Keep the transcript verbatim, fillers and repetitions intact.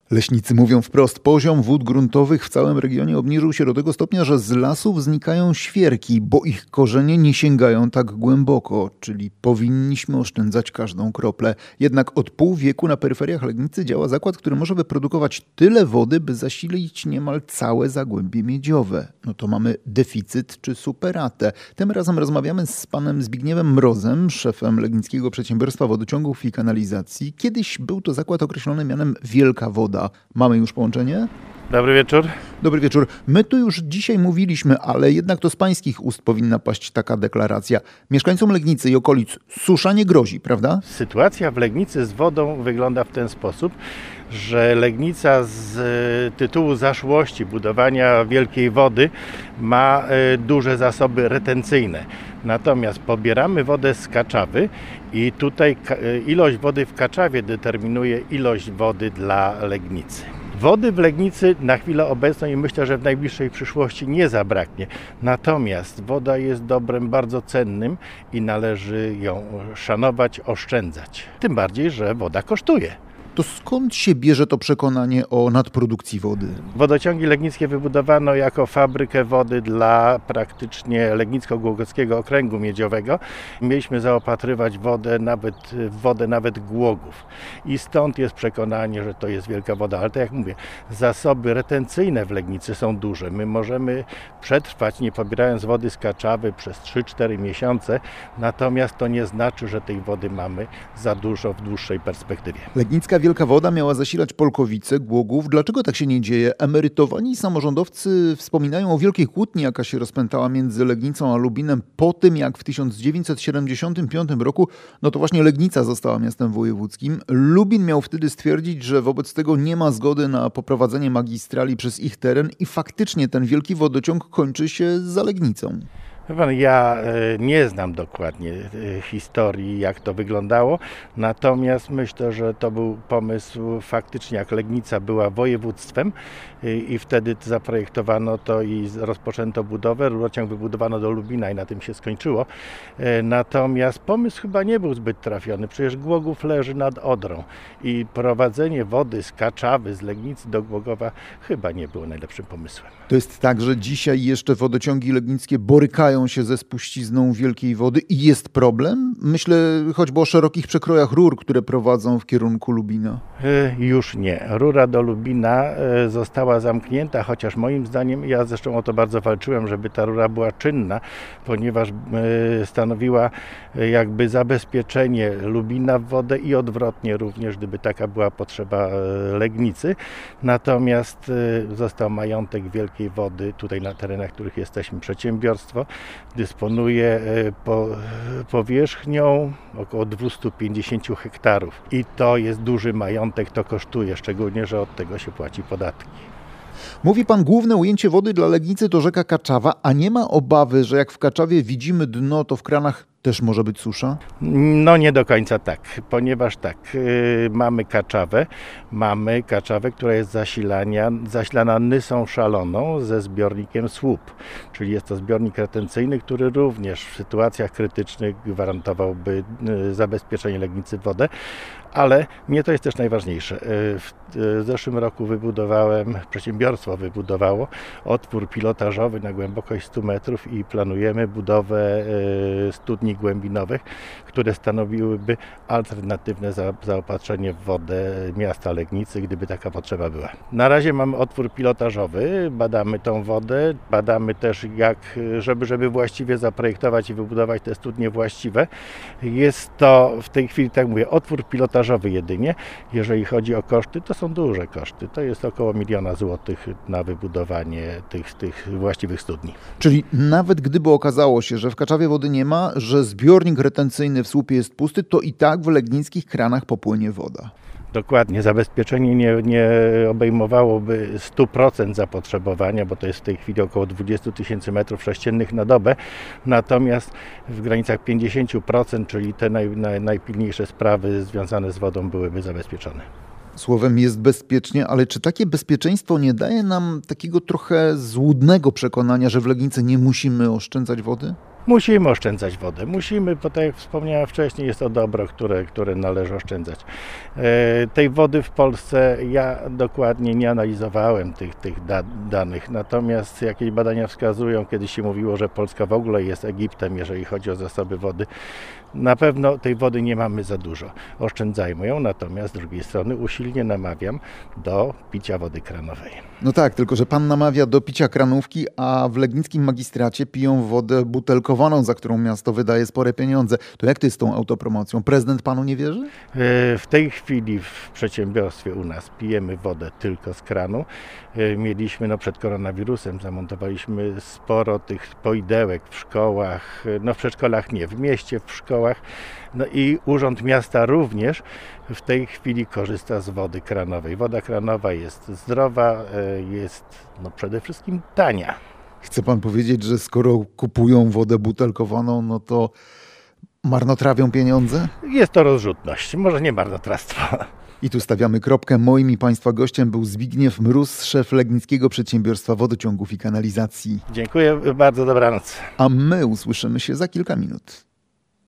Leśnicy mówią wprost, poziom wód gruntowych w całym regionie obniżył się do tego stopnia, że z lasów znikają świerki, bo ich korzenie nie sięgają tak głęboko, czyli powinniśmy oszczędzać każdą kroplę. Jednak od pół wieku na peryferiach Legnicy działa zakład, który może wyprodukować tyle wody, by zasilić niemal całe Zagłębie Miedziowe. No to mamy deficyt czy superatę. Tym razem rozmawiamy z panem Zbigniewem Mrozem, szefem Legnickiego Przedsiębiorstwa Wodociągów i Kanalizacji. Kiedyś był to zakład określony mianem Wielka Woda. Mamy już połączenie? Dobry wieczór. Dobry wieczór. My tu już dzisiaj mówiliśmy, ale jednak to z pańskich ust powinna paść taka deklaracja. Mieszkańcom Legnicy i okolic susza nie grozi, prawda? Sytuacja w Legnicy z wodą wygląda w ten sposób, że Legnica z tytułu zaszłości budowania wielkiej wody ma duże zasoby retencyjne. Natomiast pobieramy wodę z Kaczawy i tutaj ilość wody w Kaczawie determinuje ilość wody dla Legnicy. Wody w Legnicy na chwilę obecną i myślę, że w najbliższej przyszłości nie zabraknie. Natomiast woda jest dobrem bardzo cennym i należy ją szanować, oszczędzać. Tym bardziej, że woda kosztuje. To skąd się bierze to przekonanie o nadprodukcji wody? Wodociągi legnickie wybudowano jako fabrykę wody dla praktycznie Legnicko-Głogowskiego Okręgu Miedziowego. Mieliśmy zaopatrywać wodę nawet, wodę nawet Głogów. I stąd jest przekonanie, że to jest wielka woda. Ale tak jak mówię, zasoby retencyjne w Legnicy są duże. My możemy przetrwać, nie pobierając wody z Kaczawy przez trzy cztery miesiące. Natomiast to nie znaczy, że tej wody mamy za dużo w dłuższej perspektywie. Legnicka Wielka Woda miała zasilać Polkowice, Głogów. Dlaczego tak się nie dzieje? Emerytowani samorządowcy wspominają o wielkiej kłótni, jaka się rozpętała między Legnicą a Lubinem po tym, jak w tysiąc dziewięćset siedemdziesiątym piątym roku, no to właśnie Legnica została miastem wojewódzkim. Lubin miał wtedy stwierdzić, że wobec tego nie ma zgody na poprowadzenie magistrali przez ich teren i faktycznie ten wielki wodociąg kończy się za Legnicą. Ja nie znam dokładnie historii, jak to wyglądało, natomiast myślę, że to był pomysł faktycznie, jak Legnica była województwem i wtedy zaprojektowano to i rozpoczęto budowę. Rurociąg wybudowano do Lubina i na tym się skończyło. Natomiast pomysł chyba nie był zbyt trafiony. Przecież Głogów leży nad Odrą i prowadzenie wody z Kaczawy, z Legnicy do Głogowa chyba nie było najlepszym pomysłem. To jest tak, że dzisiaj jeszcze wodociągi legnickie borykają się ze spuścizną wielkiej wody i jest problem? Myślę choćby o szerokich przekrojach rur, które prowadzą w kierunku Lubina. Już nie. Rura do Lubina została zamknięta, chociaż moim zdaniem, ja zresztą o to bardzo walczyłem, żeby ta rura była czynna, ponieważ stanowiła jakby zabezpieczenie Lubina w wodę i odwrotnie również, gdyby taka była potrzeba Legnicy. Natomiast został majątek wielkiej wody tutaj na terenach, w których jesteśmy. Przedsiębiorstwo dysponuje po, powierzchnią około dwieście pięćdziesiąt hektarów i to jest duży majątek, to kosztuje, szczególnie, że od tego się płaci podatki. Mówi pan, główne ujęcie wody dla Legnicy to rzeka Kaczawa, a nie ma obawy, że jak w Kaczawie widzimy dno, to w kranach też może być susza? No nie do końca tak, ponieważ tak, yy, mamy Kaczawę, mamy Kaczawę, która jest zasilania, zasilana Nysą Szaloną ze zbiornikiem Słup, czyli jest to zbiornik retencyjny, który również w sytuacjach krytycznych gwarantowałby yy, zabezpieczenie Legnicy w wodę, ale nie to jest też najważniejsze. Yy, w, yy, w zeszłym roku wybudowałem, przedsiębiorstwo wybudowało otwór pilotażowy na głębokość stu metrów i planujemy budowę yy, studni głębinowych, które stanowiłyby alternatywne za, zaopatrzenie w wodę miasta Legnicy, gdyby taka potrzeba była. Na razie mamy otwór pilotażowy, badamy tą wodę, badamy też jak, żeby, żeby właściwie zaprojektować i wybudować te studnie właściwe. Jest to w tej chwili, tak mówię, otwór pilotażowy jedynie. Jeżeli chodzi o koszty, to są duże koszty. To jest około miliona złotych na wybudowanie tych, tych właściwych studni. Czyli nawet gdyby okazało się, że w Kaczawie wody nie ma, że zbiornik retencyjny w Słupie jest pusty, to i tak w legnickich kranach popłynie woda. Dokładnie. Zabezpieczenie nie, nie obejmowałoby stu procent zapotrzebowania, bo to jest w tej chwili około dwadzieścia tysięcy metrów sześciennych na dobę. Natomiast w granicach pięćdziesiąt procent, czyli te naj, naj, najpilniejsze sprawy związane z wodą byłyby zabezpieczone. Słowem jest bezpiecznie, ale czy takie bezpieczeństwo nie daje nam takiego trochę złudnego przekonania, że w Legnicy nie musimy oszczędzać wody? Musimy oszczędzać wodę. Musimy, bo tak jak wspomniałem wcześniej, jest to dobro, które, które należy oszczędzać. E, tej wody w Polsce ja dokładnie nie analizowałem tych, tych da, danych, natomiast jakieś badania wskazują, kiedyś się mówiło, że Polska w ogóle jest Egiptem, jeżeli chodzi o zasoby wody. Na pewno tej wody nie mamy za dużo. Oszczędzajmy ją, natomiast z drugiej strony usilnie namawiam do picia wody kranowej. No tak, tylko że pan namawia do picia kranówki, a w legnickim magistracie piją wodę butelkowaną, za którą miasto wydaje spore pieniądze. To jak to jest z tą autopromocją? Prezydent panu nie wierzy? W tej chwili w przedsiębiorstwie u nas pijemy wodę tylko z kranu. Mieliśmy no przed koronawirusem, zamontowaliśmy sporo tych poidełek w szkołach, no w przedszkolach nie, w mieście, w szkołach. No i Urząd Miasta również w tej chwili korzysta z wody kranowej. Woda kranowa jest zdrowa, jest no przede wszystkim tania. Chce pan powiedzieć, że skoro kupują wodę butelkowaną, no to marnotrawią pieniądze? Jest to rozrzutność, może nie marnotrawstwo. I tu stawiamy kropkę. Moim i państwa gościem był Zbigniew Mróz, szef Legnickiego Przedsiębiorstwa Wodociągów i Kanalizacji. Dziękuję bardzo, dobranoc. A my usłyszymy się za kilka minut.